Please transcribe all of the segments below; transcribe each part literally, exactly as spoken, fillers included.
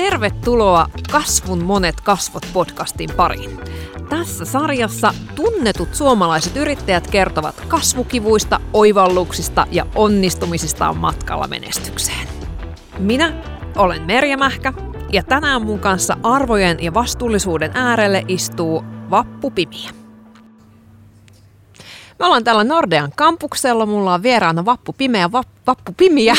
Tervetuloa Kasvun monet kasvot podcastin pariin. Tässä sarjassa tunnetut suomalaiset yrittäjät kertovat kasvukivuista, oivalluksista ja onnistumisistaan matkalla menestykseen. Minä olen Merja Mähkä ja tänään mun kanssa arvojen ja vastuullisuuden äärelle istuu Vappu Pimiä. Me ollaan täällä Nordean kampuksella, mulla on vieraana Vappu Pimeä, Vappu Pimiä.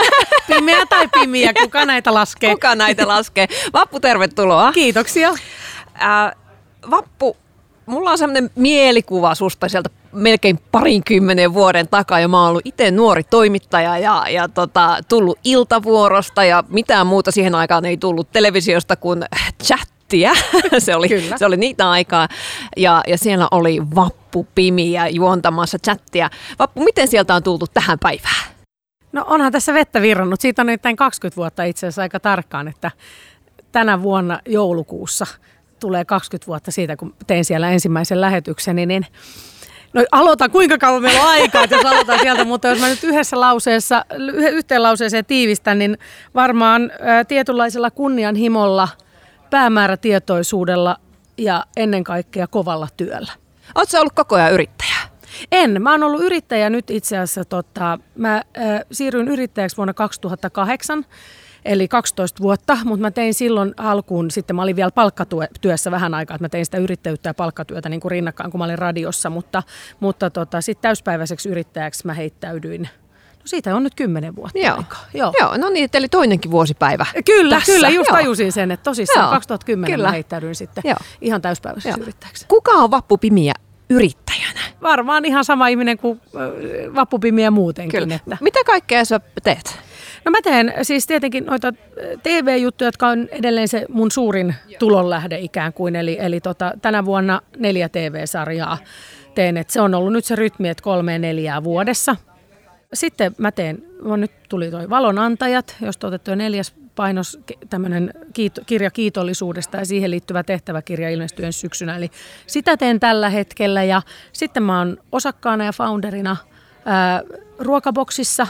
Pimeä tai pimiä, kuka näitä laskee? Kuka näitä laskee? Vappu, tervetuloa. Kiitoksia. Ää, Vappu, mulla on sellainen mielikuva susta sieltä melkein parinkymmenen vuoden takaa, ja mä oon ollut itse nuori toimittaja ja, ja tota, tullut iltavuorosta ja mitään muuta siihen aikaan ei tullut televisiosta kuin chattia. se, oli, se oli niitä aikaa ja, ja siellä oli Vappu Pimiä juontamassa chattia. Vappu, miten sieltä on tultu tähän päivään? No onhan tässä vettä virrannut. Siitä on nyt kaksikymmentä vuotta itse asiassa aika tarkkaan, että tänä vuonna joulukuussa tulee kaksikymmentä vuotta siitä, kun tein siellä ensimmäisen lähetykseni, niin no aloitan, kuinka kauan meillä on aikaa, että jos aloitan sieltä, mutta jos mä nyt yhdessä lauseessa, yhteen lauseeseen tiivistän, niin varmaan ää, tietynlaisella kunnianhimolla, päämäärätietoisuudella ja ennen kaikkea kovalla työllä. Oletko sä ollut koko ajan yrittäjä? En. Mä oon ollut yrittäjä nyt itse asiassa. Tota, mä äh, siirryin yrittäjäksi vuonna kaksituhattakahdeksan, eli kaksitoista vuotta, mutta mä tein silloin alkuun, sitten mä olin vielä palkkatyössä vähän aikaa, että mä tein sitä yrittäjyyttä ja palkkatyötä niin kuin rinnakkain, kun mä olin radiossa, mutta, mutta tota, sitten täyspäiväiseksi yrittäjäksi mä heittäydyin. No siitä on nyt kymmenen vuotta Joo. aikaa. Joo. Joo, no niin, eli toinenkin vuosipäivä. Kyllä, tässä. kyllä, just Joo. tajusin sen, että tosissaan Joo. kaksituhattakymmenen Kyllä. mä heittäydyin sitten Joo. ihan täyspäiväiseksi yrittäjäksi. Kuka on Vappu Pimiä yrittäjänä? Varmaan ihan sama ihminen kuin Vappu Pimiä muutenkin. Kyllä. Että. Mitä kaikkea sä teet? No mä teen siis tietenkin noita T V-juttuja, jotka on edelleen se mun suurin tulonlähde ikään kuin. Eli, eli tota, tänä vuonna neljä T V-sarjaa teen. Et se on ollut nyt se rytmi, että kolme neljää vuodessa. Sitten mä teen, nyt tuli toi Valonantajat, josta otettu jo neljäs painos, tämmöinen kiito, kirja kiitollisuudesta ja siihen liittyvä tehtäväkirja ilmestyy ensi syksynä. Eli sitä teen tällä hetkellä ja sitten mä oon osakkaana ja founderina ää, Ruokaboksissa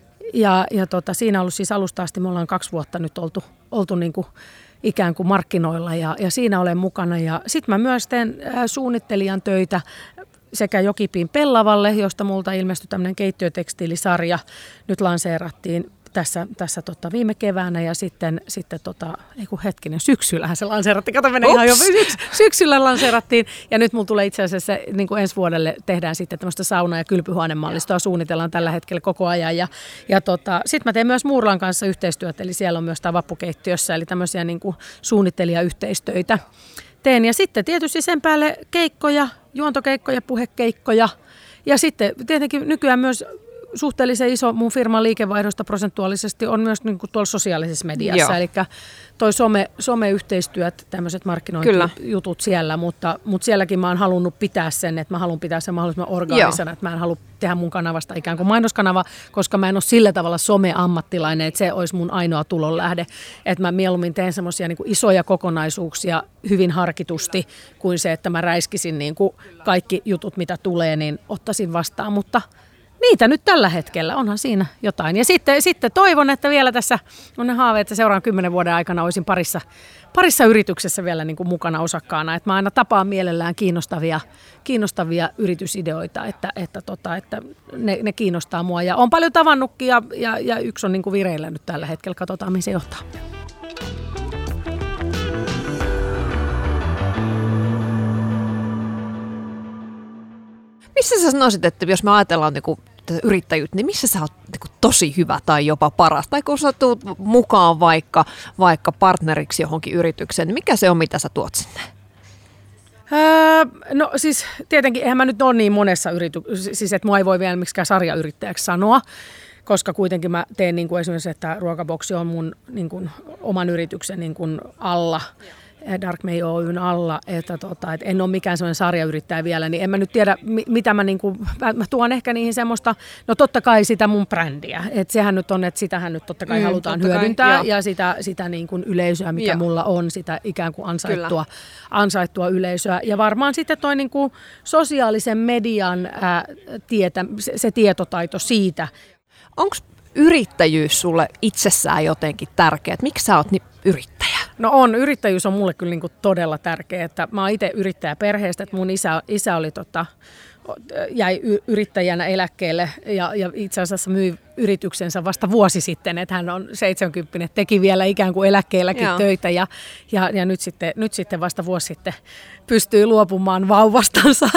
ja, ja tota, siinä on ollut siis alusta asti, me ollaan kaksi vuotta nyt oltu, oltu niin kuin ikään kuin markkinoilla ja, ja siinä olen mukana. Ja sitten mä myös teen ää, suunnittelijan töitä sekä Jokipiin Pellavalle, josta multa ilmestyi tämmöinen keittiötekstiilisarja, nyt lanseerattiin tässä, tässä tota viime keväänä ja sitten, sitten tota, ei kun hetkinen, syksyllähän se lanseerattiin, kato menee ihan jo, syks, syksyllä lanseerattiin ja nyt mulla tulee itse asiassa niin kuin ensi vuodelle tehdään sitten tämmöistä sauna- ja kylpyhuonemallistoa, suunnitellaan tällä hetkellä koko ajan ja, ja tota, sitten mä teen myös Muurlan kanssa yhteistyötä, eli siellä on myös tämä Vappukeittiössä, eli tämmöisiä niin kuin suunnittelijayhteistyötä teen ja sitten tietysti sen päälle keikkoja, juontokeikkoja, puhekeikkoja ja sitten tietenkin nykyään myös suhteellisen iso mun firman liikevaihdosta prosentuaalisesti on myös niin kuin tuolla sosiaalisessa mediassa, Joo. eli toi some, some-yhteistyöt, tämmöiset markkinointijutut siellä, mutta, mutta sielläkin mä oon halunnut pitää sen, että mä haluan pitää sen mahdollisimman orgaanisena, että mä en halua tehdä mun kanavasta ikään kuin mainoskanava, koska mä en ole sillä tavalla some-ammattilainen, että se olisi mun ainoa tulonlähde, että mä mieluummin teen semmoisia niin kuin isoja kokonaisuuksia hyvin harkitusti, kuin se, että mä räiskisin niin kuin kaikki jutut, mitä tulee, niin ottaisin vastaan, mutta niitä nyt tällä hetkellä, onhan siinä jotain. Ja sitten, sitten toivon, että vielä tässä on ne haaveet, että seuraavan kymmenen vuoden aikana olisin parissa, parissa yrityksessä vielä niin kuin mukana osakkaana. Että mä aina tapaan mielellään kiinnostavia, kiinnostavia yritysideoita, että, että, tota, että ne, ne kiinnostaa mua. Ja olen paljon tavannutkin ja, ja, ja yksi on niin kuin vireillä nyt tällä hetkellä. Katsotaan, mihin se johtaa. Missä sä sanoisit, että jos me ajatellaan niin yrittäjyyttä, niin missä sä oot niin tosi hyvä tai jopa paras? Tai kun sä tuut mukaan vaikka, vaikka partneriksi johonkin yritykseen, niin mikä se on, mitä sä tuot sinne? Öö, no siis tietenkin, eihän mä nyt ole niin monessa yrityksessä, siis että mua ei voi vielä miksikään sarjayrittäjäksi sanoa, koska kuitenkin mä teen niin kuin esimerkiksi, että Ruokaboksi on mun niin kuin, oman yrityksen niin kuin alla. Darkmay Oyn alla, että, tota, että en ole mikään sellainen sarjayrittäjä vielä, niin en mä nyt tiedä, mitä mä, niin kuin, mä tuon ehkä niihin semmoista, no totta kai sitä mun brändiä, että sehän nyt on, että sitähän nyt totta kai mm, halutaan totta hyödyntää kai, ja sitä, sitä niin kuin yleisöä, mikä joo. mulla on, sitä ikään kuin ansaittua, ansaittua yleisöä ja varmaan sitten toi niin kuin sosiaalisen median ää, tietä, se, se tietotaito siitä. Onko yrittäjyys sulle itsessään jotenkin tärkeä? Miksi sä oot niin yrittäjä? No on, yrittäjyys on mulle kyllä niin kuin todella tärkeä. Että mä oon itse yrittäjä perheestä, että mun isä, isä oli tota, jäi yrittäjänä eläkkeelle ja, ja itse asiassa myi yrityksensä vasta vuosi sitten, että hän on seitsemänkymmentä, teki vielä ikään kuin eläkkeelläkin Joo. töitä ja, ja, ja nyt, sitten, nyt sitten vasta vuosi sitten pystyy luopumaan vauvastansa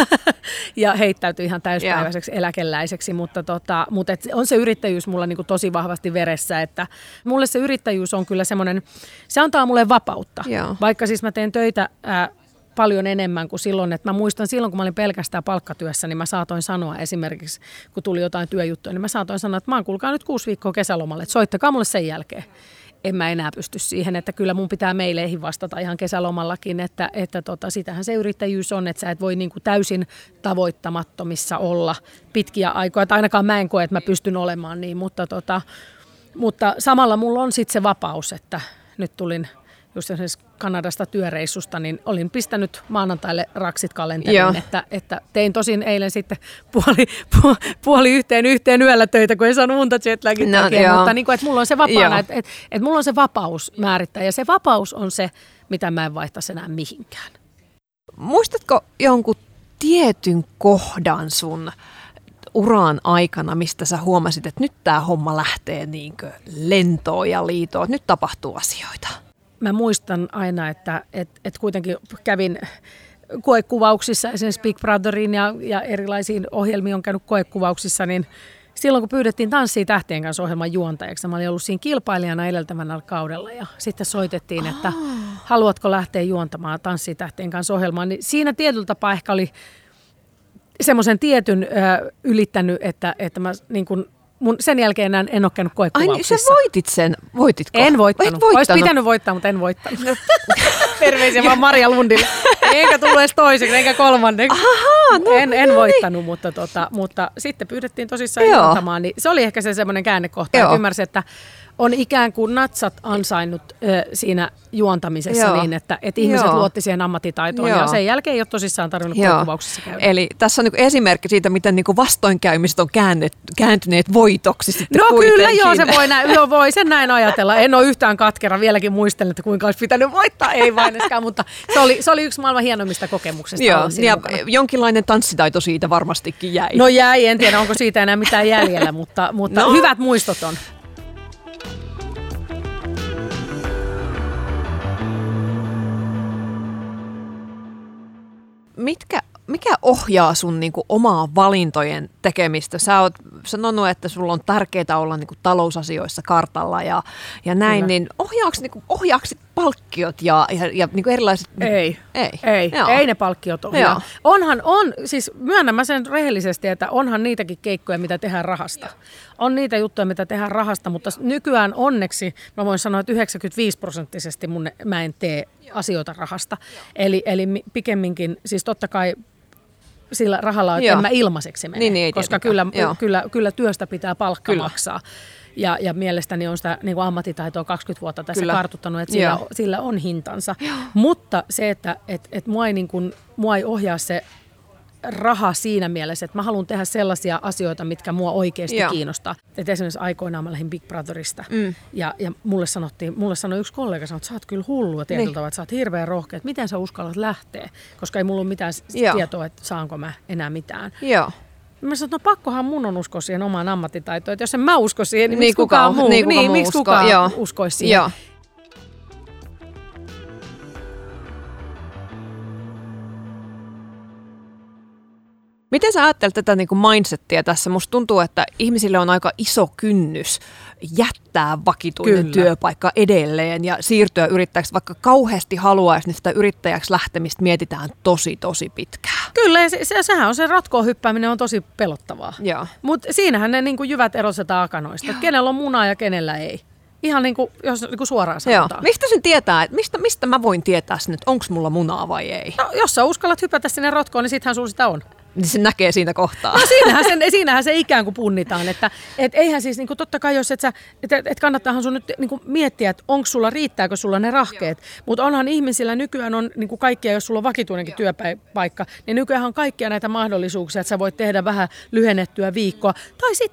ja heittäytyi ihan täyspäiväiseksi Joo. eläkeläiseksi, mutta, tota, mutta et on se yrittäjyys mulla niin kuin tosi vahvasti veressä, että mulle se yrittäjyys on kyllä semmoinen, se antaa mulle vapautta, Joo. vaikka siis mä teen töitä ää, paljon enemmän kuin silloin, että mä muistan silloin, kun mä olin pelkästään palkkatyössä, niin mä saatoin sanoa esimerkiksi, kun tuli jotain työjuttuja, niin mä saatoin sanoa, että mä oon kuulkaa nyt kuusi viikkoa kesälomalle, että soittakaa mulle sen jälkeen. En mä enää pysty siihen, että kyllä mun pitää meileihin vastata ihan kesälomallakin, että, että tota, sitähän se yrittäjyys on, että sä et voi niin kuin täysin tavoittamattomissa olla pitkiä aikoja, tai ainakaan mä en koe, että mä pystyn olemaan niin, mutta, tota, mutta samalla mulla on sitten se vapaus, että nyt tulin just esimerkiksi Kanadasta työreissusta, niin olin pistänyt maanantaille raksit kalenteriin, että, että tein tosin eilen sitten puoli, puoli yhteen yhteen yöllä töitä, kun en saanut unta jetlagin no, takia, mutta niin kuin, että mulla on se vapaana, että, että, että mulla on se vapaus määrittää, ja se vapaus on se, mitä mä en vaihtaisi enää mihinkään. Muistatko jonkun tietyn kohdan sun uran aikana, mistä sä huomasit, että nyt tää homma lähtee niinkö lentoon ja liitoon, että nyt tapahtuu asioita? Mä muistan aina, että et, et kuitenkin kävin koekuvauksissa, esimerkiksi Big Brotherin ja, ja erilaisiin ohjelmiin on käynyt koekuvauksissa, niin silloin kun pyydettiin Tanssii tähtien kanssa ohjelman juontajaksi, mä olin ollut siinä kilpailijana edeltävällä kaudella ja sitten soitettiin, että oh. haluatko lähteä juontamaan Tanssii tähtien kanssa ohjelmaan, niin siinä tietyllä tapaa ehkä oli semmoisen tietyn ö, ylittänyt, että, että mä niin kuin mun sen jälkeen en, en ole käynyt koekuvauksissa. Ai, sä voitit sen. Voititko? En voittanut. Olisi pitänyt voittaa, mutta en voittanut. Terveisiä vaan Maria Lundille. Eikä tullut edes toiseksi, eikä kolmanneksi. Ahaa, no, en, en voittanut, mutta, tota, mutta sitten pyydettiin tosissaan juontamaan. Niin se oli ehkä se semmoinen käännekohta, että ymmärsin, että on ikään kuin natsat ansainnut ö, siinä juontamisessa Joo. niin, että, että ihmiset Joo. luotti siihen ammattitaitoon Joo. ja sen jälkeen ei ole tosissaan tarvinnut koekuvauksissa käydä. Eli tässä on niin esimerkki siitä, miten niin vastoinkäymiset on käännet, kääntyneet voitoksi sitten No kuitenkin. Kyllä, joo, se voi, näin, joo, voi sen näin ajatella. En ole yhtään katkera, vieläkin muistelen, että kuinka olisi pitänyt voittaa, ei vain eskään, mutta se oli, se oli yksi maailman hienoimmista kokemuksista. Joo, ja mukana. Jonkinlainen tanssitaito siitä varmastikin jäi. No jäi, en tiedä onko siitä enää mitään jäljellä, mutta, mutta no. hyvät muistot on. Mitkä, mikä ohjaa sun niinku omaa valintojen tekemistä? Sä oot sanonut, että sulla on tärkeää olla niinku talousasioissa kartalla ja, ja näin, Kyllä. niin ohjaako niinku, palkkiot ja, ja, ja niinku erilaiset? Ei, ei, ei, ei ne palkkiot ohjaa. Joo. Onhan, on, siis myönnän mä sen rehellisesti, että onhan niitäkin keikkoja, mitä tehdään rahasta. On niitä juttuja, mitä tehdään rahasta, mutta nykyään onneksi mä voin sanoa, että yhdeksänkymmentäviisi prosenttisesti mun, mä en tee asioita rahasta. Eli, eli pikemminkin, siis totta kai sillä rahalla on, en mä ilmaiseksi mene, niin, niin, koska kyllä, kyllä, kyllä työstä pitää palkka kyllä. maksaa. Ja, ja mielestäni on sitä niin kuin ammattitaitoa kaksikymmentä vuotta tässä kyllä. kartuttanut, että sillä, sillä on hintansa. Joo. Mutta se, että et, et mua, ei niin kuin, mua ei ohjaa se raha siinä mielessä, että mä haluan tehdä sellaisia asioita, mitkä mua oikeasti Joo. kiinnostaa. Et esimerkiksi aikoinaan mä lähdin Big Brotherista mm. ja, ja mulle sanottiin, mulle sanoi yksi kollega, sanoi, että sä oot kyllä hullua tietyllä niin. tavalla, että sä oot hirveän rohkea, että miten sä uskallat lähteä, koska ei mulla ole mitään Joo. tietoa, että saanko mä enää mitään. Joo. Mä sanoin, että no pakkohan mun on uskoa siihen omaan ammattitaitoon, että jos en mä usko siihen, niin, niin miksi kukaan, kukaan muu, niin, kuka niin, miksi kukaan Joo. uskoisi siihen. Joo. Miten sä ajattelet tätä niin kuin mindsettiä tässä? Musta tuntuu, että ihmisille on aika iso kynnys jättää vakituinen Kyllä. työpaikka edelleen ja siirtyä yrittäjäksi, vaikka kauheasti haluaisi, niin sitä yrittäjäksi lähtemistä mietitään tosi, tosi pitkään. Kyllä, se, se, sehän on se ratkoon hyppääminen on tosi pelottavaa. Mutta siinähän ne niin kuin jyvät erotetaan akanoista, että kenellä on munaa ja kenellä ei. Ihan niin kuin, jos niin kuin suoraan sanotaan. Mistä sen tietää, että mistä, mistä mä voin tietää sen, että onko mulla munaa vai ei? No, jos sä uskallat hypätä sinne ratkoon, niin sittenhän sulla sitä on. Niin se näkee siinä kohtaa. No siinähän, sen, siinähän se ikään kuin punnitaan, että et eihän siis niinku, totta kai jos et sä, et, et kannattaahan sun nyt niinku miettiä, että onko sulla, riittääkö sulla ne rahkeet, mutta onhan ihmisillä nykyään on niinku kaikkia, jos sulla on vakituinenkin työpaikka, niin nykyään on kaikkia näitä mahdollisuuksia, että sä voit tehdä vähän lyhennettyä viikkoa, tai sitten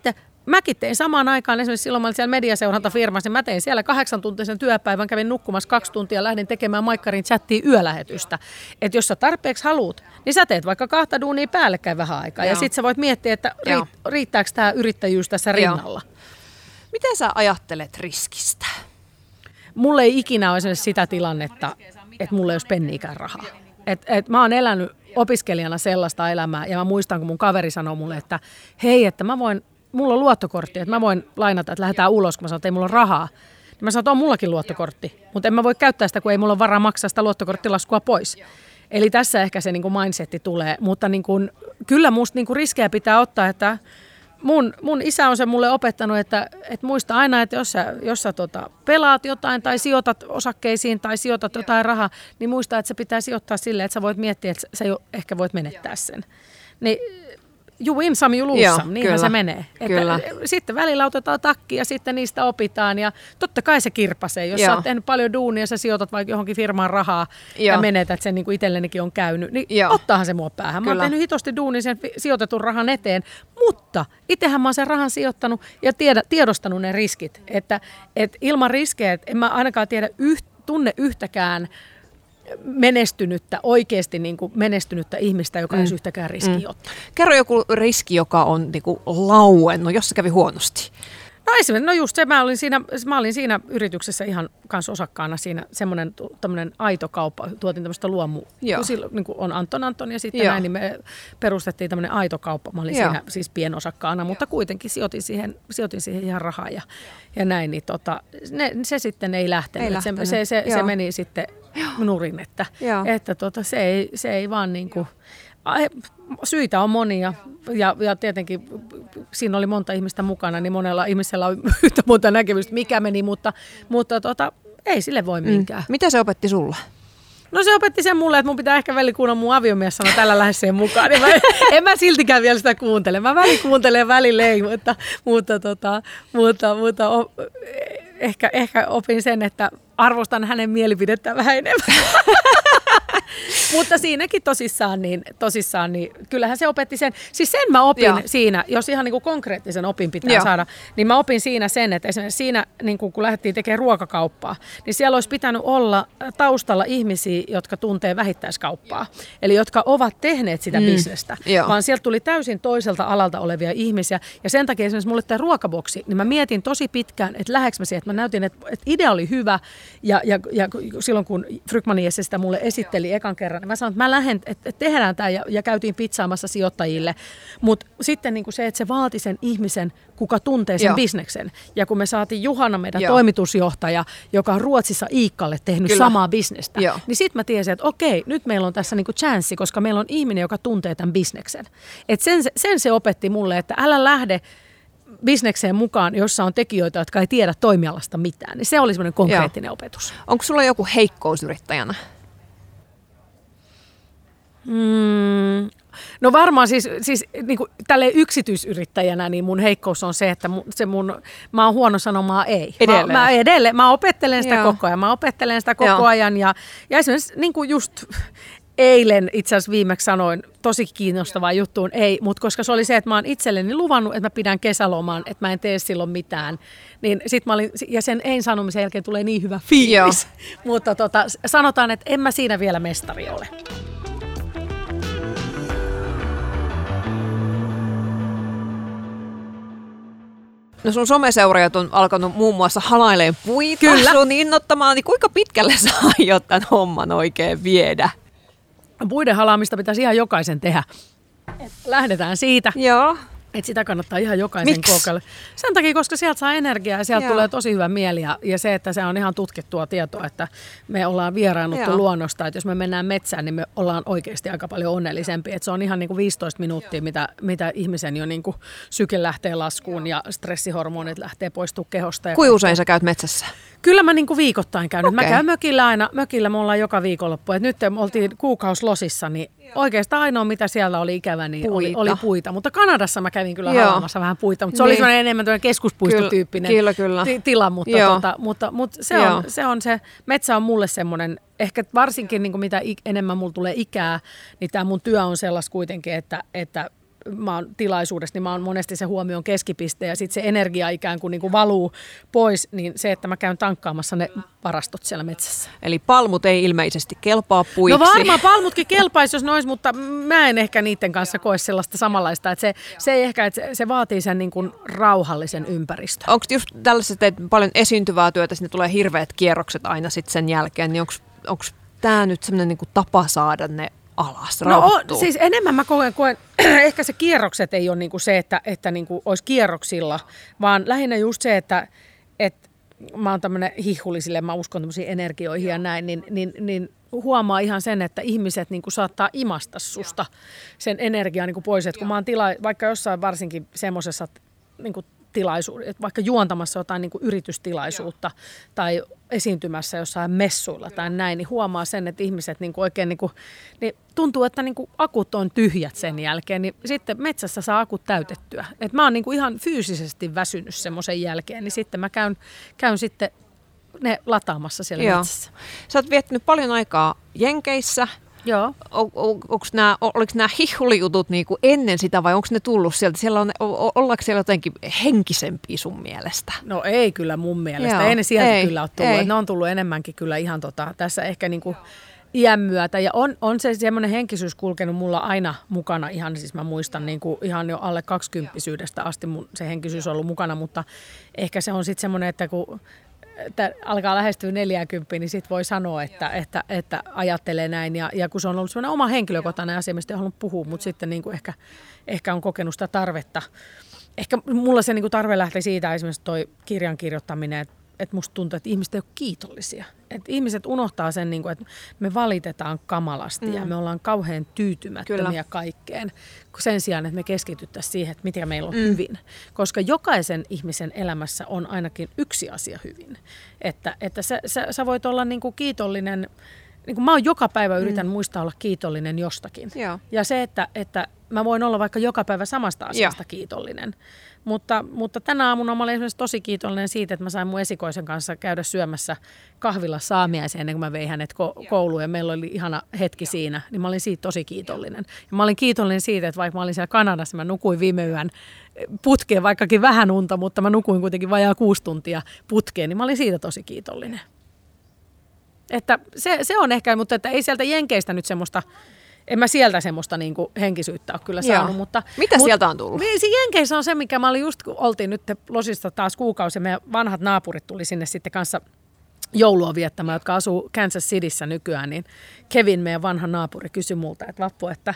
mäkin tein samaan aikaan, esimerkiksi silloin mä olin siellä mediaseurantafirmassa, niin mä tein siellä kahdeksan tuntisen työpäivän, kävin nukkumassa kaksi tuntia, lähdin tekemään Maikkarin chattiin yölähetystä. Että jos sä tarpeeksi haluut, niin sä teet vaikka kahta duunia päällekkäin vähän aikaa. Joo. Ja sit sä voit miettiä, että riitt, riittääkö tämä yrittäjyys tässä rinnalla. Joo. Miten sä ajattelet riskistä? Mulle ei ikinä ole esimerkiksi sitä tilannetta, että mulla ei olisi penniikään rahaa. Et, et mä oon elänyt opiskelijana sellaista elämää, ja mä muistan, kun mun kaveri sanoi mulle, että hei, että mä voin, mulla on luottokortti, että mä voin lainata, että lähdetään ulos, kun mä sanon, että ei mulla ole rahaa. Niin mä sanon, että on mullakin luottokortti, mutta en mä voi käyttää sitä, kun ei mulla ole varaa maksaa sitä luottokorttilaskua pois. Eli tässä ehkä se niin kuin mindsetti tulee, mutta niin kuin, kyllä musta niin kuin riskejä pitää ottaa, että Mun, mun isä on se mulle opettanut, että, että muista aina, että jos sä, jos sä tota, pelaat jotain tai sijoitat osakkeisiin tai sijoitat jotain rahaa, niin muista, että se pitää sijoittaa silleen, että sä voit miettiä, että sä jo ehkä voit menettää sen. Niin you win some, you lose some, niinhän se menee. Että sitten välillä otetaan takki ja sitten niistä opitaan ja totta kai se kirpasee. Jos Joo. sä oot tehnyt paljon duunia ja sä sijoitat vaikka johonkin firmaan rahaa Joo. ja menetät sen niin kuin itsellenikin on käynyt, niin Joo. ottaahan se mua päähän. Mä oon tehnyt hitosti duunia sen sijoitetun rahan eteen, mutta itsehän mä oon sen rahan sijoittanut ja tiedä, tiedostanut ne riskit. Että, että ilman riskejä, että en mä ainakaan tiedä yht, tunne yhtäkään menestynyttä, oikeasti niin kuin menestynyttä ihmistä, joka mm. ei yhtäkään riskiä mm. ottaa. Kerro joku riski, joka on niin kuin lauennut, jos se kävi huonosti. No esimerkiksi, no just se, mä olin siinä, mä olin siinä yrityksessä ihan kanssa osakkaana siinä semmoinen tämmöinen aito kauppa, tuotin tämmöistä luomu, kun silloin, niin kuin on Anton Anton ja sitten Joo. näin, niin me perustettiin tämmöinen aito kauppa. Mä olin Joo. siinä siis pienosakkaana, mutta kuitenkin sijoitin siihen, sijoitin siihen ihan rahaa ja, ja näin, niin tota, ne, se sitten ei lähtenyt. Ei lähtenyt. Se, se, se, se meni sitten nurin, että, että tota, se, ei, se ei vaan niin kuin, syitä on monia ja, ja tietenkin siinä oli monta ihmistä mukana, niin monella ihmisellä on yhtä monta näkemystä, mikä meni, mutta, mutta tota, ei sille voi minkään. Mm. Mitä se opetti sulle? No se opetti sen mulle, että mun pitää ehkä välikuunnella mun aviomies sanoa tällä lähes sen mukaan. Niin mä, en mä siltikään vielä sitä kuuntele. Mä väli kuuntelen, välillä ei, mutta, mutta, tota, mutta, mutta o, ehkä, ehkä opin sen, että arvostan hänen mielipidettä vähän enemmän. Mutta siinäkin tosissaan niin, tosissaan, niin kyllähän se opetti sen. Siis sen mä opin Joo. siinä, jos ihan niin kuin konkreettisen opin pitää Joo. saada, niin mä opin siinä sen, että esimerkiksi siinä, niin kun lähdettiin tekemään ruokakauppaa, niin siellä olisi pitänyt olla taustalla ihmisiä, jotka tuntee vähittäiskauppaa. Eli jotka ovat tehneet sitä mm. bisnestä. Joo. Vaan sieltä tuli täysin toiselta alalta olevia ihmisiä. Ja sen takia esimerkiksi mulle tämä ruokaboksi, niin mä mietin tosi pitkään, että lähdekö mä siihen, että mä näytin, että, että idea oli hyvä. Ja, ja, ja silloin kun Frykman Jesse sitä mulle esitteli ekan kerran, niin mä sanoin, että mä lähden, että tehdään tämä ja, ja käytiin pitsaamassa sijoittajille. Mutta sitten niin kuin se, että se vaati sen ihmisen, kuka tuntee sen Joo. bisneksen. Ja kun me saatiin Juhana, meidän Joo. toimitusjohtaja, joka on Ruotsissa Iikkalle tehnyt Kyllä. samaa bisnestä, Joo. niin sitten mä tiesin, että okei, nyt meillä on tässä niinku chanssi, koska meillä on ihminen, joka tuntee tämän bisneksen. Et sen, sen se opetti mulle, että älä lähde bisnekseen mukaan, jossa on tekijöitä, jotka ei tiedä toimialasta mitään. Niin se oli semmoinen konkreettinen Joo. opetus. Onko sulla joku heikkous yrittäjänä? Mm, no varmaan siis, siis niin kuin tälleen yksityisyrittäjänä, niin mun heikkous on se, että mun, se mun, mä oon huono sanomaan ei. Edelleen. Mä, mä, edelleen, mä opettelen sitä Joo. koko ajan, mä opettelen sitä koko Joo. ajan ja, ja esimerkiksi niin kuin just eilen itse asiassa viimeksi sanoin tosi kiinnostavaa juttuun ei, mutta koska se oli se, että mä oon itselleni luvannut, että mä pidän kesälomaan, että mä en tee silloin mitään, niin sit mä olin, ja sen ei sanomisen jälkeen tulee niin hyvä fiilis, mutta tota, sanotaan, että en mä siinä vielä mestari ole. No sun someseuraajat on alkanut muun muassa halailemaan puita Kyllä. sun innoittamaan, niin kuinka pitkälle sä aiot tämän homman oikein viedä? Puiden halaamista pitäisi ihan jokaisen tehdä. Et lähdetään siitä. Joo. Että sitä kannattaa ihan jokaisen kokeilla. Sen takia, koska sieltä saa energiaa ja sieltä Joo. tulee tosi hyvä mieli. Ja, ja se, että se on ihan tutkittua tietoa, että me ollaan vieraannuttu Joo. luonnosta. Että jos me mennään metsään, niin me ollaan oikeasti aika paljon onnellisempia. Että se on ihan niin kuin viisitoista minuuttia, mitä, mitä ihmisen jo niin kuin syke lähtee laskuun ja stressihormonit lähtee poistumaan kehosta. Kuinka usein sä käyt metsässä? Kyllä mä niin kuin viikoittain käyn. Okay. Mä käyn mökillä aina. Mökillä me ollaan joka viikonloppu. Et nyt me oltiin kuukausi losissa, niin oikeastaan ainoa, mitä siellä oli ikävä, niin oli, oli puita. Mutta Kanadassa mä kävin kyllä halaamassa vähän puita, mutta se niin. oli enemmän keskuspuistotyyppinen kyllä, kyllä. T- tila. Mutta, tota, mutta, mutta se, on, se on se, metsä on mulle semmoinen, ehkä varsinkin niin kuin mitä enemmän mulla tulee ikää, niin tämä mun työ on sellaista kuitenkin, että, että mä oon tilaisuudessa, niin mä oon monesti se huomion keskipiste ja sitten se energia ikään kuin, niin kuin valuu pois, niin se, että mä käyn tankkaamassa ne varastot siellä metsässä. Eli palmut ei ilmeisesti kelpaa puiksi. No varmaan palmutkin kelpaisi, jos nois, mutta mä en ehkä niiden kanssa koe sellaista samanlaista, että se, se ei ehkä, että se, se vaatii sen niin kuin rauhallisen ympäristön. Onko just tällaisessa, teet paljon esiintyvää työtä, sinne tulee hirveät kierrokset aina sitten sen jälkeen, niin onko tämä nyt semmoinen niin kuin tapa saada ne alas, rauhoittua? No siis enemmän mä koen, koen ehkä se kierrokset ei ole niinku se, että, että niinku olisi kierroksilla, vaan lähinnä just se, että, että mä oon tämmöinen hihhulisille, mä uskon tämmöisiin energioihin ja näin, niin, niin, niin huomaa ihan sen, että ihmiset niinku saattaa imasta susta sen energiaa niinku pois, että kun mä oon tila, vaikka jossain varsinkin semmoisessa niinku tilaisuudessa, vaikka juontamassa jotain niin kuin yritystilaisuutta tai esiintymässä jossain messuilla tai näin, niin huomaa sen, että ihmiset niin kuin oikein niin kuin, niin tuntuu, että niin kuin akut on tyhjät sen jälkeen, niin sitten metsässä saa akut täytettyä. Et mä oon niin kuin ihan fyysisesti väsynyt semmoisen jälkeen, niin sitten mä käyn, käyn sitten ne lataamassa siellä Joo. metsässä. Sä oot viettänyt paljon aikaa Jenkeissä. Joo. O, o, nämä, oliko nämä hihhulijutut niinku ennen sitä vai onko ne tullut sieltä? Siellä on, o, ollaanko siellä jotenkin henkisempiä sun mielestä? No ei kyllä mun mielestä. Joo. Ei ne sieltä ei, kyllä ole tullut. Ne on tullut enemmänkin kyllä ihan tota, tässä ehkä niinku iän myötä. Ja on, on se semmoinen henkisyys kulkenut mulla aina mukana. Ihan siis mä muistan niinku ihan jo alle kaksikymppisyydestä asti mun se henkisyys on ollut mukana. Mutta ehkä se on sitten semmoinen, että kun että alkaa lähestyä neljääkymppiä, niin sitten voi sanoa, että, että, että ajattelee näin. Ja, ja kun se on ollut sellainen oma henkilökohtainen asia, mistä ei halunnut puhua, mutta sitten niin kuin ehkä, ehkä on kokenut sitä tarvetta. Ehkä mulla se niin kuin tarve lähti siitä esimerkiksi toi kirjan kirjoittaminen, että, että musta tuntuu, että ihmiset ei ole kiitollisia. Että ihmiset unohtaa sen, niin kuin, että me valitetaan kamalasti mm. ja me ollaan kauhean tyytymättömiä Kyllä. kaikkeen. Sen sijaan, että me keskityttäisiin siihen, että mitä meillä on mm. hyvin. Koska jokaisen ihmisen elämässä on ainakin yksi asia hyvin. Että, että sä, sä, sä voit olla niin kuin kiitollinen, niin kuin mä oon joka päivä yritän mm. muistaa olla kiitollinen jostakin. Joo. Ja se, että, että mä voin olla vaikka joka päivä samasta asiasta Joo. kiitollinen. Mutta, mutta tänä aamuna mä olin esimerkiksi tosi kiitollinen siitä, että mä sain mun esikoisen kanssa käydä syömässä kahvilla saamiaisen ennen kuin mä vein hänet kouluun ja meillä oli ihana hetki Joo. siinä, niin mä olin siitä tosi kiitollinen. Ja mä olin kiitollinen siitä, että vaikka mä olin siellä Kanadassa, mä nukuin viime yön putkeen, vaikkakin vähän unta, mutta mä nukuin kuitenkin vajaa kuusi tuntia putkeen, niin mä olin siitä tosi kiitollinen. Että se, se on ehkä, mutta että ei sieltä Jenkeistä nyt semmoista... En mä sieltä semmoista niin kuin henkisyyttä ole kyllä saanut, Joo. mutta... Mitä mut, sieltä on tullut? Jenkeissä on se, mikä mä olin just, kun oltiin nyt losista taas kuukausi, ja meidän vanhat naapurit tuli sinne sitten kanssa joulua viettämään, jotka asuu Kansas Cityssä nykyään, niin Kevin, meidän vanha naapuri, kysyi multa, että Vappu, että,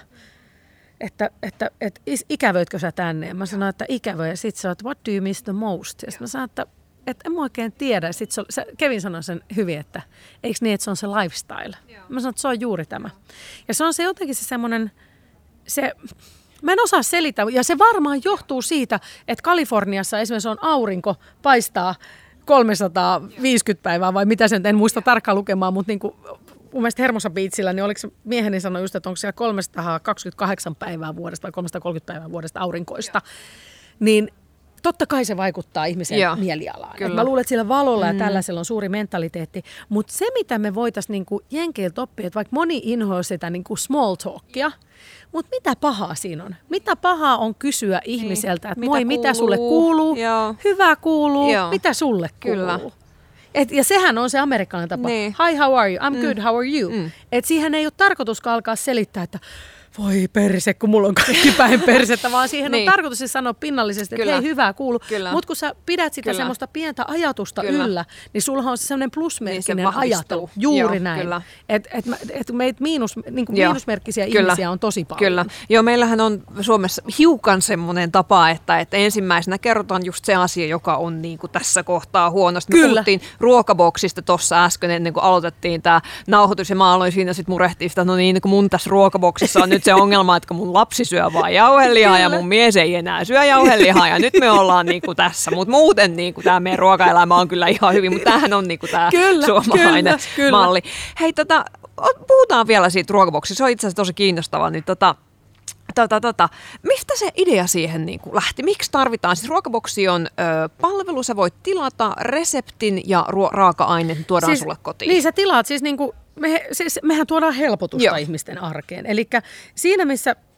että, että, että ikävöitkö sä tänne? Ja mä sanoin, että ikävöi, ja sit sä oot, what do you miss the most? Ja sit mä sanoin, että että en mä oikein tiedä. Sitten se, Kevin sanoi sen hyvin, että eikö niin, että se on se lifestyle. Joo. Mä sanoin, että se on juuri tämä. Ja se on se jotenkin se semmoinen, se, mä en osaa selittää, ja se varmaan johtuu siitä, että Kaliforniassa esimerkiksi on aurinko, paistaa kolmesataaviisikymmentä päivää, vai mitä sen, en muista tarkkaan lukemaan, mutta niin kuin mun mielestä Hermosa Beachillä, niin oliko mieheni sanoi just, että onko siellä kolmesataakaksikymmentäkahdeksan päivää vuodesta vai kolmesataakolmekymmentä päivää vuodesta aurinkoista, niin totta kai se vaikuttaa ihmisen Joo, mielialaan. Mä luulen, että sillä valolla ja mm. tällaisella on suuri mentaliteetti. Mutta se, mitä me voitaisiin niinku Jenkeiltä oppia, että vaikka moni inhoaa sitä niinku small talkia, mutta mitä pahaa siinä on? Mitä pahaa on kysyä ihmiseltä, että moi, mitä, mitä sulle kuuluu? Joo. Hyvä kuuluu, Joo. mitä sulle kuuluu? Kyllä. Et, ja sehän on se amerikkalainen tapa. Niin. Hi, how are you? I'm mm. good, how are you? Mm. Et siihen ei ole tarkoitus alkaa selittää, että voi perse, kun mulla on kaikki päin persettä, vaan siihen niin. on tarkoitus siis sanoa pinnallisesti, että Kyllä. hei, hyvää kuulu. Mutta kun sä pidät sitä Kyllä. semmoista pientä ajatusta Kyllä. yllä, niin sulla on se semmoinen plusmerkkinen niin ajattelu. Juuri Joo, näin. Että et, et meitä miinus, niin miinusmerkkisiä Kyllä. ihmisiä on tosi paljon. Kyllä. Joo, meillähän on Suomessa hiukan semmoinen tapa, että, että ensimmäisenä kerrotaan just se asia, joka on niin kuin tässä kohtaa huonosti. Me Kyllä. puhuttiin ruokaboksista tuossa äsken, ennen kuin aloitettiin tämä nauhoitus, ja mä aloin siinä sitten murehtia sitä, no niin, kun mun tässä ruokaboksissa on nyt se ongelma, että kun mun lapsi syö vaan jauhelihaa ja mun mies ei enää syö jauhelihaa ja nyt me ollaan niinku tässä, mutta muuten niinku tämä meidän ruokaelämä on kyllä ihan hyvin, mutta tämähän on niinku tämä suomalainen kyllä, kyllä. malli. Hei, tota, puhutaan vielä siitä ruokaboksista, se on itse asiassa tosi kiinnostavaa, niin tota, Tota, tota. Mistä se idea siihen niin kuin lähti? Miksi tarvitaan? Siis ruokaboksi on ö, palvelu, sä voit tilata reseptin ja ruo- raaka-aineet tuodaan siis, sulle kotiin. Niin sä tilaat, siis, niin kuin, me, siis mehän tuodaan helpotusta Joo. ihmisten arkeen. Eli siinä missä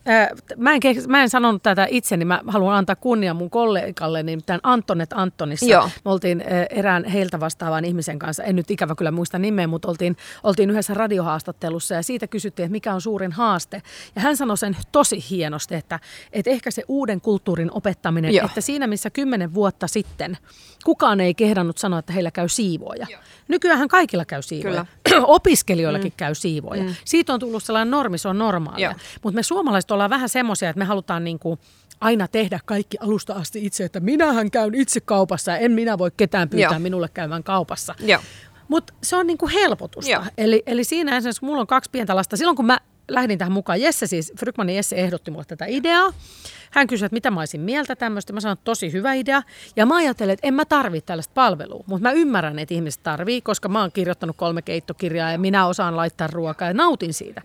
Mä en, keks, mä en sanonut tätä itse, niin mä haluan antaa kunnia mun kollegalle, nimittäin Antonet Antonissa. Joo. Me oltiin erään heiltä vastaavan ihmisen kanssa, en nyt ikävä kyllä muista nimeä, mutta oltiin, oltiin yhdessä radiohaastattelussa ja siitä kysyttiin, että mikä on suurin haaste. Ja hän sanoi sen tosi hienosti, että, että ehkä se uuden kulttuurin opettaminen, Joo. että siinä missä kymmenen vuotta sitten kukaan ei kehdannut sanoa, että heillä käy siivooja. Joo. Nykyäänhän kaikilla käy siivooja. Opiskelijoillakin mm. käy siivooja. Mm. Siitä on tullut sellainen normi, se on normaalia. Mutta me suomalaiset ollaan vähän semmoisia, että me halutaan niinku aina tehdä kaikki alusta asti itse, että minähän käyn itse kaupassa ja en minä voi ketään pyytää Joo. minulle käymään kaupassa. Mutta se on niinku helpotusta. Eli, eli siinä esimerkiksi, kun mulla on kaksi pientä lasta, silloin kun mä lähdin tähän mukaan, Jesse siis, Frykmanin Jesse ehdotti mulle tätä ideaa. Hän kysyi, että mitä mä olisin mieltä tämmöistä. Mä sanoin, että tosi hyvä idea. Ja mä ajattelin, että en mä tarvitse tällaista palvelua. Mutta mä ymmärrän, että ihmiset tarvii, koska mä oon kirjoittanut kolme keittokirjaa ja minä osaan laittaa ruokaa ja nautin siitä.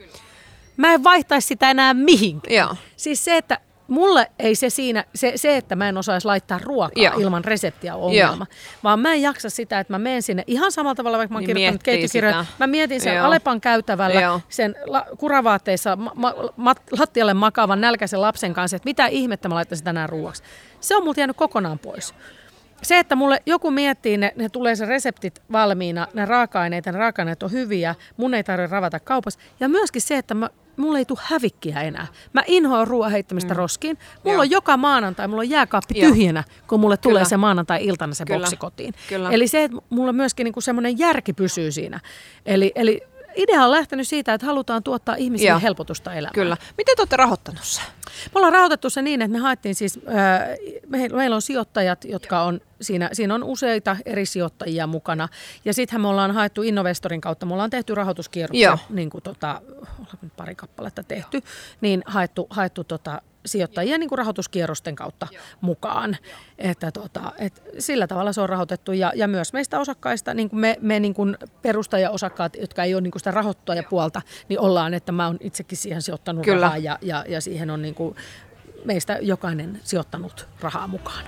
Mä en vaihtaisi sitä enää mihinkään. Joo. Siis se, että mulle ei se siinä, se, se että mä en osaisi laittaa ruokaa Joo. ilman reseptiä on ongelma, Joo. vaan mä en jaksa sitä, että mä menen sinne ihan samalla tavalla, vaikka mä oon niin kirjoittanut keittokirjoja. Mä mietin sen Joo. Alepan käytävällä, Joo. sen la, kuravaatteissa ma, ma, ma, lattialle makaavan nälkäisen lapsen kanssa, että mitä ihmettä mä laittaisin tänään ruoaksi. Se on multa jäänyt kokonaan pois. Se, että mulle joku miettii, ne, ne tulee se reseptit valmiina, ne raaka-aineet, ne raaka-aineet on hyviä, mun ei tarvitse ravata kaupassa. Ja myöskin se, että mä mulla ei tule hävikkiä enää. Mä inhoan ruoan heittämistä mm. roskiin. Mulla Joo. on joka maanantai, mulla on jääkaappi Joo. tyhjänä, kun mulle Kyllä. tulee se maanantai-iltana se Kyllä. boksi kotiin. Kyllä. Eli se, että mulla myöskin niinku semmoinen järki pysyy siinä. Eli, eli idea on lähtenyt siitä, että halutaan tuottaa ihmisille Joo. helpotusta elämään. Kyllä. Miten te olette rahoittanut sen? Me ollaan rahoitettu se niin, että me haettiin siis, äh, me, meillä on sijoittajat, jotka on siinä, siinä on useita eri sijoittajia mukana. Ja sittenhän me ollaan haettu Innovestorin kautta, me ollaan tehty rahoituskierroksia, niin kuin tota, pari kappaletta tehty, niin haettu, haettu tota, sijoittajia niin kuin rahoituskierrosten kautta mukaan. Että tota, et sillä tavalla se on rahoitettu ja, ja myös meistä osakkaista, niin kuin me, me niin kuin perustajaosakkaat, jotka ei ole niin kuin sitä rahoittajapuolta, niin ollaan, että mä oon itsekin siihen sijoittanut Kyllä. rahaa ja, ja, ja siihen on niin kuin meistä jokainen sijoittanut rahaa mukaan.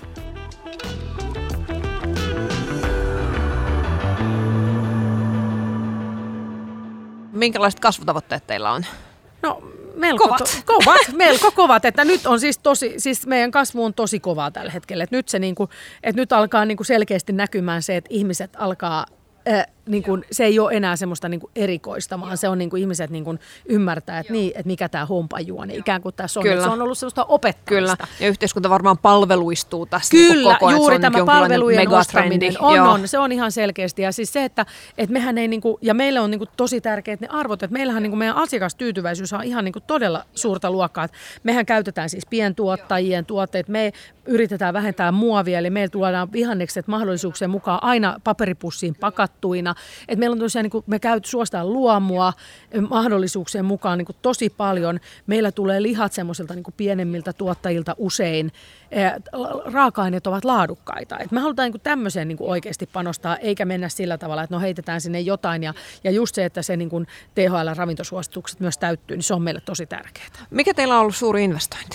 Minkälaiset kasvutavoitteet teillä on? No melko kovat. To, kovat, melko kovat, että nyt on siis tosi, siis meidän kasvu on tosi kovaa tällä hetkellä, että nyt se niinku, että nyt alkaa niinku selkeästi näkymään se, että ihmiset alkaa äh, niin kuin, se ei ole enää semmoista niin kuin erikoista, vaan se on niin kuin ihmiset niin kuin ymmärtää, että, niin, että mikä tämä humpajuoni niin ikään kuin tässä on. Se on ollut semmoista opettamista. Kyllä, ja yhteiskunta varmaan palveluistuu tässä Kyllä, niin koko ajan. Juuri se on tämä palvelujen ostaminen on, on, se on ihan selkeästi. Ja siis se, että, että mehän ei, niin kuin, ja meille on niin kuin tosi tärkeät ne arvot, että meillähän niin kuin meidän asiakastyytyväisyys on ihan niin kuin todella suurta luokkaa. Mehän käytetään siis pientuottajien tuotteet, me yritetään vähentää muovia, eli meillä tuodaan vihannekset mahdollisuuksien mukaan aina paperipussiin pakattuina. Et meillä on tosiaan, niin kuin me käyt, suostaan luomua mahdollisuuksien mukaan niin kuin tosi paljon. Meillä tulee lihat semmoisilta niin kuin pienemmiltä tuottajilta usein. Raaka-aineet ovat laadukkaita. Et me halutaan niin kuin tämmöiseen niin kuin oikeasti panostaa, eikä mennä sillä tavalla, että no heitetään sinne jotain. Ja, ja just se, että se niin kuin T H L-ravintosuositukset myös täyttyy, niin se on meille tosi tärkeää. Mikä teillä on ollut suuri investointi?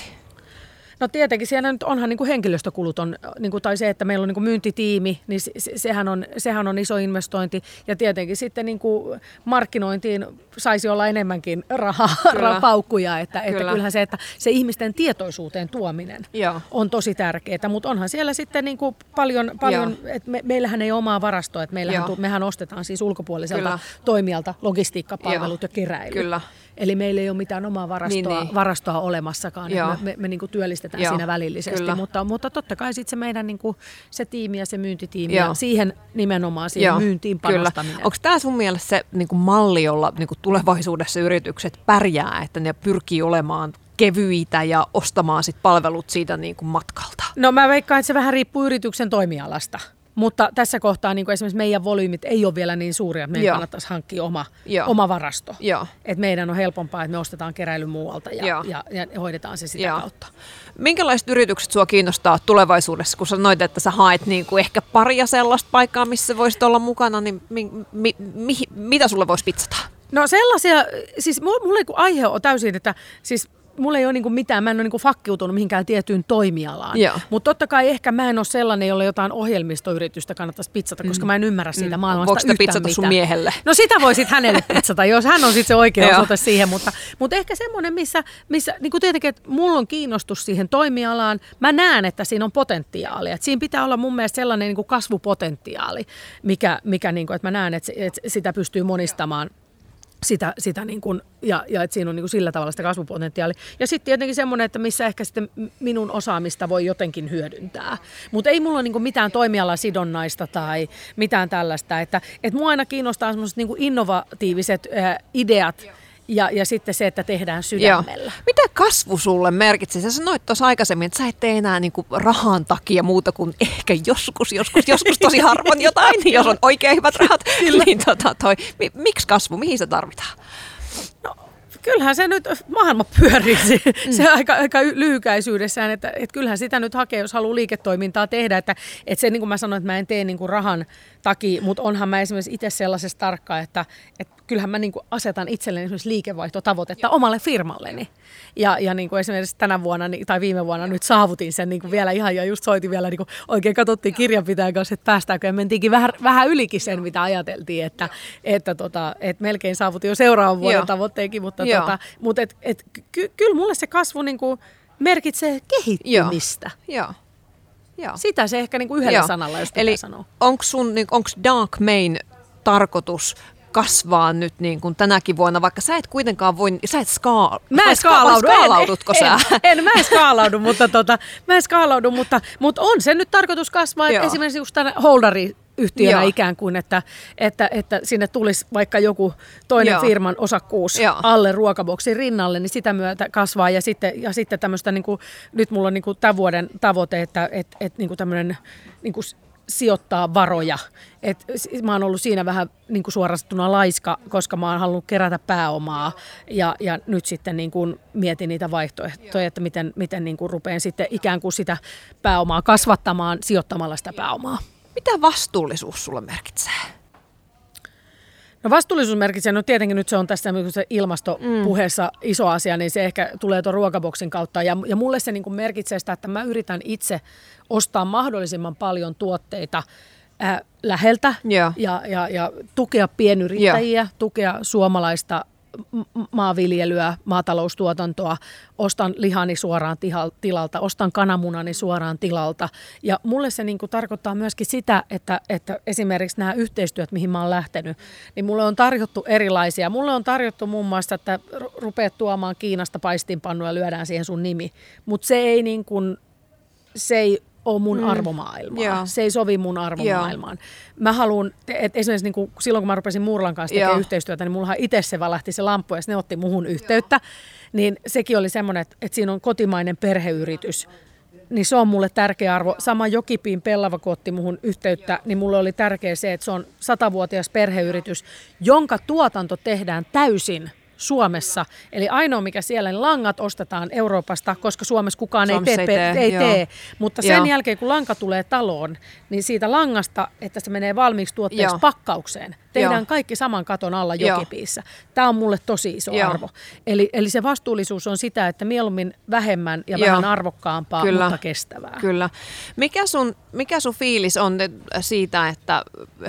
No tietenkin siellä nyt onhan niin kuin henkilöstökulut on, niin kuin, tai se, että meillä on niin kuin myyntitiimi, niin se, sehän, on, sehän on iso investointi. Ja tietenkin sitten niin kuin markkinointiin saisi olla enemmänkin rahaa, paukkuja. Että, Kyllä. että kyllähän se, että se ihmisten tietoisuuteen tuominen Joo. on tosi tärkeää. Mutta onhan siellä sitten niin kuin paljon, paljon että me, meillähän ei ole omaa varastoa. Että meillähän, tu, mehän ostetaan siis ulkopuoliselta Kyllä. toimijalta logistiikkapalvelut Joo. ja keräily. Kyllä. Eli meillä ei ole mitään omaa varastoa, niin, niin. varastoa olemassakaan. Me, me, me niin kuin työllistetään Joo. siinä välillisesti, mutta, mutta totta kai sitten se meidän niin kuin, se tiimi ja se myyntitiimi Joo. ja siihen nimenomaan siihen Joo. myyntiin panostaminen. Onko tämä sun mielestä se niin kuin malli, jolla niin kuin tulevaisuudessa yritykset pärjää, että ne pyrkii olemaan kevyitä ja ostamaan sit palvelut siitä niin kuin matkalta? No mä veikkaan, että se vähän riippuu yrityksen toimialasta. Mutta tässä kohtaa niin kuin esimerkiksi meidän volyymit ei ole vielä niin suuria, että meidän Joo. kannattaisi hankkia oma, oma varasto. Että meidän on helpompaa, että me ostetaan keräily muualta ja, ja, ja hoidetaan se sitä Joo. kautta. Minkälaiset yritykset sua kiinnostaa tulevaisuudessa, kun sanoit, että sä haet niin kuin ehkä paria sellaista paikkaa, missä voisit olla mukana, niin mi, mi, mi, mitä sulle voisi pitsata? No sellaisia, siis mulla, mulla aihe on täysin, että siis mulla ei ole niinku mitään, mä en ole niinku fakkiutunut mihinkään tiettyyn toimialaan. Joo. Mutta totta kai ehkä mä en ole sellainen, jolle jotain ohjelmistoyritystä kannattaisi pitsata, koska mä en ymmärrä siitä maailmasta Voiko sitä yhtään pitsata mitään. sun miehelle? No sitä voisit hänelle pitsata, jos hän on sitten se oikea osoite siihen, mutta, mutta ehkä semmoinen, missä, missä niin kuin tietenkin, että mulla on kiinnostus siihen toimialaan, mä näen, että siinä on potentiaalia. Että siinä pitää olla mun mielestä sellainen niin kuin kasvupotentiaali, mikä, mikä niin kuin, että mä näen, että, että sitä pystyy monistamaan. Sitä, sitä niin kuin, ja, ja että siinä on niin kuin sillä tavalla sitä kasvupotentiaalia. Ja sitten tietenkin semmoinen, että missä ehkä sitten minun osaamista voi jotenkin hyödyntää. Mutta ei mulla ole niin kuin mitään toimialasidonnaista tai mitään tällaista. Että, että mua aina kiinnostaa semmoiset niin kuin innovatiiviset äh, ideat, Ja, ja sitten se, että tehdään sydämellä. Joo. Mitä kasvu sulle merkitsi? Sä sanoit tuossa aikaisemmin, että sä et tee enää niinku rahan takia muuta kuin ehkä joskus, joskus, joskus tosi harvoin jotain, jos on oikein hyvät rahat. Niin tota toi, miksi kasvu? Mihin se tarvitaan? No, kyllähän se nyt maailma pyörii se, mm. se aika, aika lyhykäisyydessään, että, että kyllähän sitä nyt hakee, jos haluaa liiketoimintaa tehdä. Että, että se, niin kuin mä sanoin, että mä en tee niin kuin rahan takia, mutta onhan mä esimerkiksi itse sellaisessa tarkka, että, että kyllähän mä niin kuin asetan itselleni esimerkiksi liikevaihtotavoitetta Joo. omalle firmalleni. Ja, ja niin kuin esimerkiksi tänä vuonna tai viime vuonna nyt saavutin sen niin kuin vielä ihan, ja just soitin vielä, niin kuin oikein katsottiin kirjanpitäjän kanssa, että päästäänkö, ja mentiinkin vähän, vähän ylikin sen, mitä ajateltiin, että, että, tota, että melkein saavutin jo seuraavan vuoden Joo. tavoitteenkin, mutta, tota, mutta et, et, ky, kyllä mulle se kasvu niin kuin merkitsee kehittymistä. Joo. Joo. Joo. Sitä se ehkä niin kuin yhdellä Joo. sanalla, jos pitää Eli sanoa. Onko sun, niin, onko Dark Main tarkoitus kasvaa nyt niin kuin tänäkin vuonna, vaikka sä et kuitenkaan voi, sä et ska, mä en skaalaudu. Skaalaudutko en, sä? En, en, mä en skaalaudu, mutta, tota, mä en skaalaudu, mutta, mutta on se nyt tarkoitus kasvaa, että esimerkiksi just tänä holdari yhtiönä Joo. ikään kuin, että, että, että sinne tulisi vaikka joku toinen Joo. firman osakkuus Joo. alle ruokaboksin rinnalle, niin sitä myötä kasvaa. Ja sitten, ja sitten tämmöistä, niin kuin, nyt mulla on niin kuin tämän vuoden tavoite, että et, et, niin kuin tämmöinen niin kuin sijoittaa varoja. Et mä oon ollut siinä vähän niin kuin suorastuna laiska, koska mä oon halunnut kerätä pääomaa ja, ja nyt sitten niin kuin mietin niitä vaihtoehtoja, että miten, miten niin kuin rupean sitten ikään kuin sitä pääomaa kasvattamaan sijoittamalla sitä pääomaa. Mitä vastuullisuus sulle merkitsee? No vastuullisuus merkitsee, no tietenkin nyt se on tässä ilmastopuheessa mm. iso asia, niin se ehkä tulee tuon ruokaboksin kautta. Ja, ja mulle se niin kuin merkitsee sitä, että mä yritän itse ostaa mahdollisimman paljon tuotteita äh, läheltä ja, ja, ja, ja tukea pienyrittäjiä, ja. tukea suomalaista maanviljelyä, maataloustuotantoa, ostan lihani suoraan tilalta, ostan kananmunani suoraan tilalta. Ja mulle se niin kuin tarkoittaa myöskin sitä, että, että esimerkiksi nämä yhteistyöt, mihin mä oon lähtenyt, niin mulle on tarjottu erilaisia. Mulle on tarjottu muun muassa, että rupeat tuomaan Kiinasta paistinpannu ja lyödään siihen sun nimi. Mutta se ei niin kuin, se ei ole mun mm. arvomaailmaa. Yeah. Se ei sovi mun arvomaailmaan. Yeah. Mä haluan, että esimerkiksi niin kuin silloin, kun mä rupesin Murlan kanssa tekemään yeah. yhteistyötä, niin mullahan itse se valahti se lamppu ja ne otti muhun yhteyttä. Yeah. Niin sekin oli semmoinen, että, että siinä on kotimainen perheyritys. Niin se on mulle tärkeä arvo. Sama Jokipiin Pellava, kun otti muhun yhteyttä, niin mulle oli tärkeä se, että se on satavuotias perheyritys, jonka tuotanto tehdään täysin Suomessa. Eli ainoa mikä siellä, niin langat ostetaan Euroopasta, koska Suomessa kukaan Suomessa ei tee. Ei tee, ei tee. Mutta sen joo. jälkeen, kun lanka tulee taloon, niin siitä langasta, että se menee valmiiksi tuotteeksi joo. pakkaukseen, tehdään joo. kaikki saman katon alla Jokipiissä. Tämä on mulle tosi iso joo. arvo. Eli, eli se vastuullisuus on sitä, että mieluummin vähemmän ja joo. vähän arvokkaampaa, Kyllä. mutta kestävää. Kyllä. Mikä sun, mikä sun fiilis on siitä, että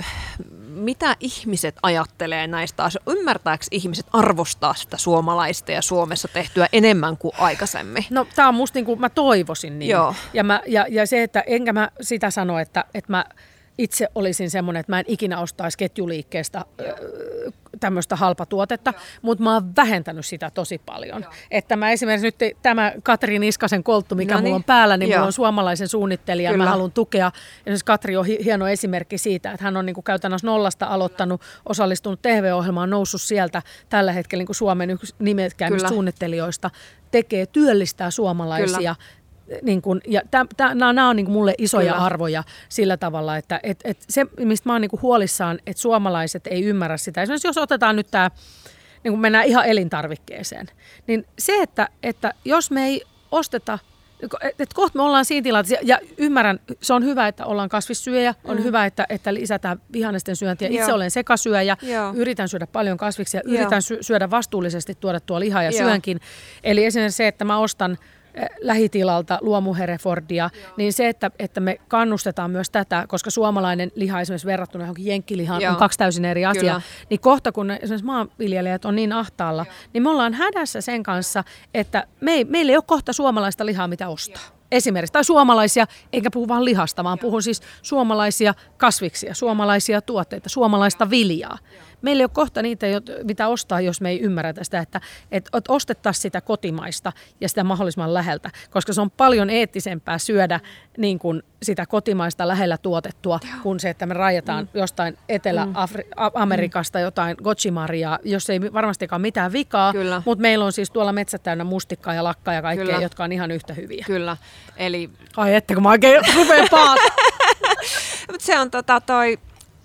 mitä ihmiset ajattelee näistä asioista? Ymmärtääkö ihmiset arvostaa sitä suomalaista ja Suomessa tehtyä enemmän kuin aikaisemmin? No tämä on musta niin kuin mä toivoisin niin. Joo. Ja, mä, ja, ja se, että enkä mä sitä sano, että, että mä itse olisin semmoinen, että mä en ikinä ostaisi ketjuliikkeestä öö, tämmöistä halpatuotetta, mutta mä oon vähentänyt sitä tosi paljon. Joo. Että mä esimerkiksi nyt tämä Katri Niskasen kolttu, mikä Noniin. mulla on päällä, niin Joo. mulla on suomalaisen suunnittelijan. Kyllä. Mä haluan tukea. Esimerkiksi Katri on hieno esimerkki siitä, että hän on niin kuin käytännössä nollasta aloittanut, osallistunut T V-ohjelmaan, noussut sieltä tällä hetkellä niin kuin Suomen yksi nimekkäimmistä suunnittelijoista, tekee, työllistää suomalaisia. Kyllä. Niin kun, ja nämä on niin kun mulle isoja Kyllä. arvoja sillä tavalla, että et, et se, mistä mä oon niin kun huolissaan, että suomalaiset ei ymmärrä sitä. Esimerkiksi jos otetaan nyt tämä, niin kun mennään ihan elintarvikkeeseen, niin se, että, että jos me ei osteta Et kohta me ollaan siinä tilanteessa, ja ymmärrän, se on hyvä, että ollaan kasvissyöjä, on mm. hyvä, että, että lisätään vihannesten syöntiä. Itse Joo. olen sekasyöjä, Joo. yritän syödä paljon kasviksia, Joo. yritän sy- syödä vastuullisesti tuotettua lihaa ja Joo. syönkin. Eli esimerkiksi se, että mä ostan lähitilalta luomuherefordia, niin se, että, että me kannustetaan myös tätä, koska suomalainen liha esimerkiksi verrattuna johonkin jenkkilihaan Joo. on kaksi täysin eri asiaa, niin kohta kun ne, esimerkiksi maanviljelijät on niin ahtaalla, Joo. niin me ollaan hädässä sen kanssa, että me ei, meillä ei ole kohta suomalaista lihaa, mitä ostaa. Esimerkiksi, tai suomalaisia, eikä puhu vain lihasta, vaan puhun siis suomalaisia kasviksia, suomalaisia tuotteita, suomalaista viljaa. Meillä ei ole kohta niitä, mitä ostaa, jos me ei ymmärretä sitä, että, että ostettaisiin sitä kotimaista ja sitä mahdollisimman läheltä, koska se on paljon eettisempää syödä niin kuin sitä kotimaista lähellä tuotettua, kuin se, että me rajataan mm. jostain Etelä-Amerikasta jotain gochimariaa, jos ei varmastikaan mitään vikaa, Kyllä. mutta meillä on siis tuolla metsät täynnä mustikkaa ja lakkaa ja kaikkea, Kyllä. jotka on ihan yhtä hyviä. Kyllä, eli... Ai että, kun mä oikein rupean paat. Mutta se on tota toi...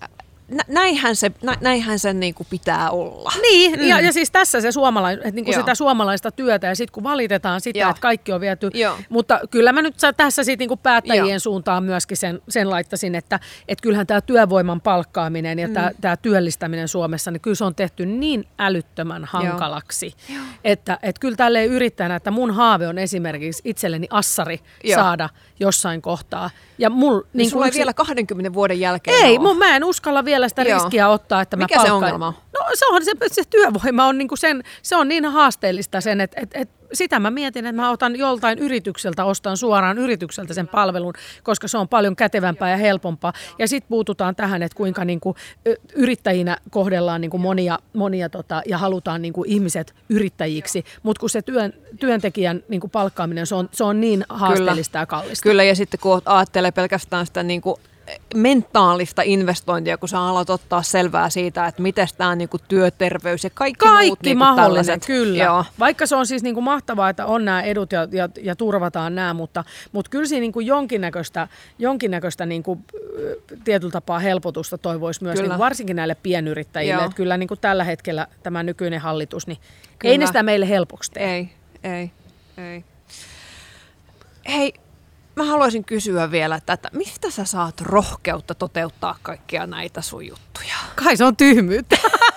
Näinhän se, näinhän sen niin kuin pitää olla. Niin, mm. ja, ja siis tässä se suomalais, että niin kuin sitä suomalaista työtä, ja sitten kun valitetaan sitä, Joo. että kaikki on viety, Joo. mutta kyllä mä nyt tässä sit niin kuin päättäjien Joo. suuntaan myöskin sen, sen laittaisin, että et kyllähän tämä työvoiman palkkaaminen ja mm. tämä työllistäminen Suomessa, niin kyllä se on tehty niin älyttömän hankalaksi, Joo. että et kyllä tälleen yrittäjänä, että mun haave on esimerkiksi itselleni assari Joo. saada jossain kohtaa. Ja mul, niin niin sulla ei yksi... vielä kahdenkymmenen vuoden jälkeen Ei, mun, mä en uskalla vielä sitä Joo. riskiä ottaa, että Mikä mä palkkaan. se ongelma on? No se on se, se työvoima on niinku sen, se on niin haasteellista sen, että et, et, sitä mä mietin, että mä otan joltain yritykseltä, ostan suoraan yritykseltä sen palvelun, koska se on paljon kätevämpää ja helpompaa. Ja sitten puututaan tähän, että kuinka niinku yrittäjinä kohdellaan niinku monia, monia tota, ja halutaan niinku ihmiset yrittäjiksi, mutta kun se työn, työntekijän niinku palkkaaminen, se on, se on niin haasteellista Kyllä. ja kallista. Kyllä, ja sitten kun ajattelee pelkästään sitä niinku mentaalista investointia, kun sä alat ottaa selvää siitä, että miten tämä niinku työterveys ja kaikki, kaikki muut niinku mahdollinen, kyllä. Joo. Vaikka se on siis niinku mahtavaa, että on nämä edut ja, ja, ja turvataan nämä, mutta, mutta kyllä siinä niinku jonkinnäköistä, jonkinnäköistä niinku, tietyllä tapaa helpotusta toivoisi myös niinku varsinkin näille pienyrittäjille. Että kyllä niinku tällä hetkellä tämä nykyinen hallitus, niin kyllä. ei ne sitä meille helpoksi tee. Ei, ei, ei. Hei, mä haluaisin kysyä vielä tätä, mistä sä saat rohkeutta toteuttaa kaikkia näitä sun juttuja? Kai se on tyhmyyttä.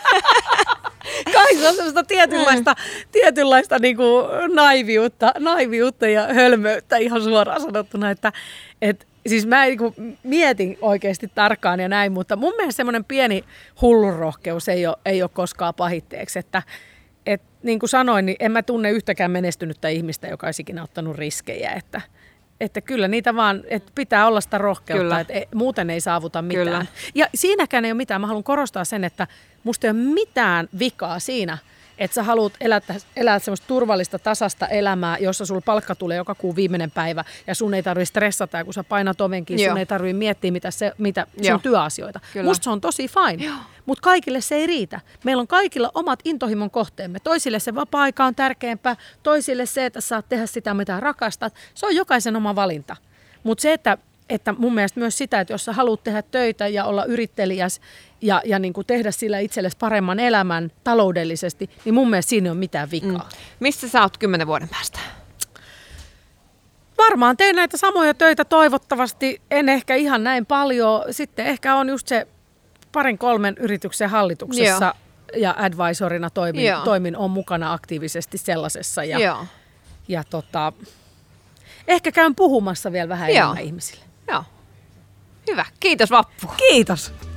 Kai se on semmoista tietynlaista, mm. tietynlaista niin kuin naiviutta, naiviutta ja hölmöyttä ihan suoraan sanottuna, että et, siis mä niin kuin mietin oikeasti tarkkaan ja näin, mutta mun mielestä semmoinen pieni hullunrohkeus ei ole, ei ole koskaan pahitteeksi, että et, niin kuin sanoin, niin en mä tunne yhtäkään menestynyttä ihmistä, joka olisi ikinä ottanut riskejä, että Että kyllä niitä vaan, että pitää olla sitä rohkeutta, kyllä. että muuten ei saavuta mitään. Kyllä. Ja siinäkään ei ole mitään. Mä haluan korostaa sen, että musta ei ole mitään vikaa siinä, että sä haluat elää, elää semmoista turvallista, tasasta elämää, jossa sulla palkka tulee joka kuun viimeinen päivä ja sun ei tarvitse stressata, ja kun sä painat ovenkin, Joo. sun ei tarvitse miettiä mitä, se, mitä sun työasioita. Kyllä. Musta se on tosi fine, mutta kaikille se ei riitä. Meillä on kaikilla omat intohimon kohteemme. Toisille se vapaa-aika on tärkeämpää, toisille se, että saat tehdä sitä, mitä rakastat. Se on jokaisen oma valinta. Mutta se, että Että mun mielestä myös sitä, että jos sä haluat tehdä töitä ja olla yrittelijäs ja, ja niin kuin tehdä sillä itsellesi paremman elämän taloudellisesti, niin mun mielestä siinä ei ole mitään vikaa. Mm. Mistä sä oot kymmenen vuoden päästä? Varmaan teen näitä samoja töitä toivottavasti. En ehkä ihan näin paljon. Sitten ehkä on just se parin kolmen yrityksen hallituksessa Joo. ja advisorina toimin, toimin, on mukana aktiivisesti sellaisessa. Ja, Joo. ja tota, ehkä käyn puhumassa vielä vähän Joo. enemmän ihmisille. Joo. Hyvä. Kiitos Vappu. Kiitos.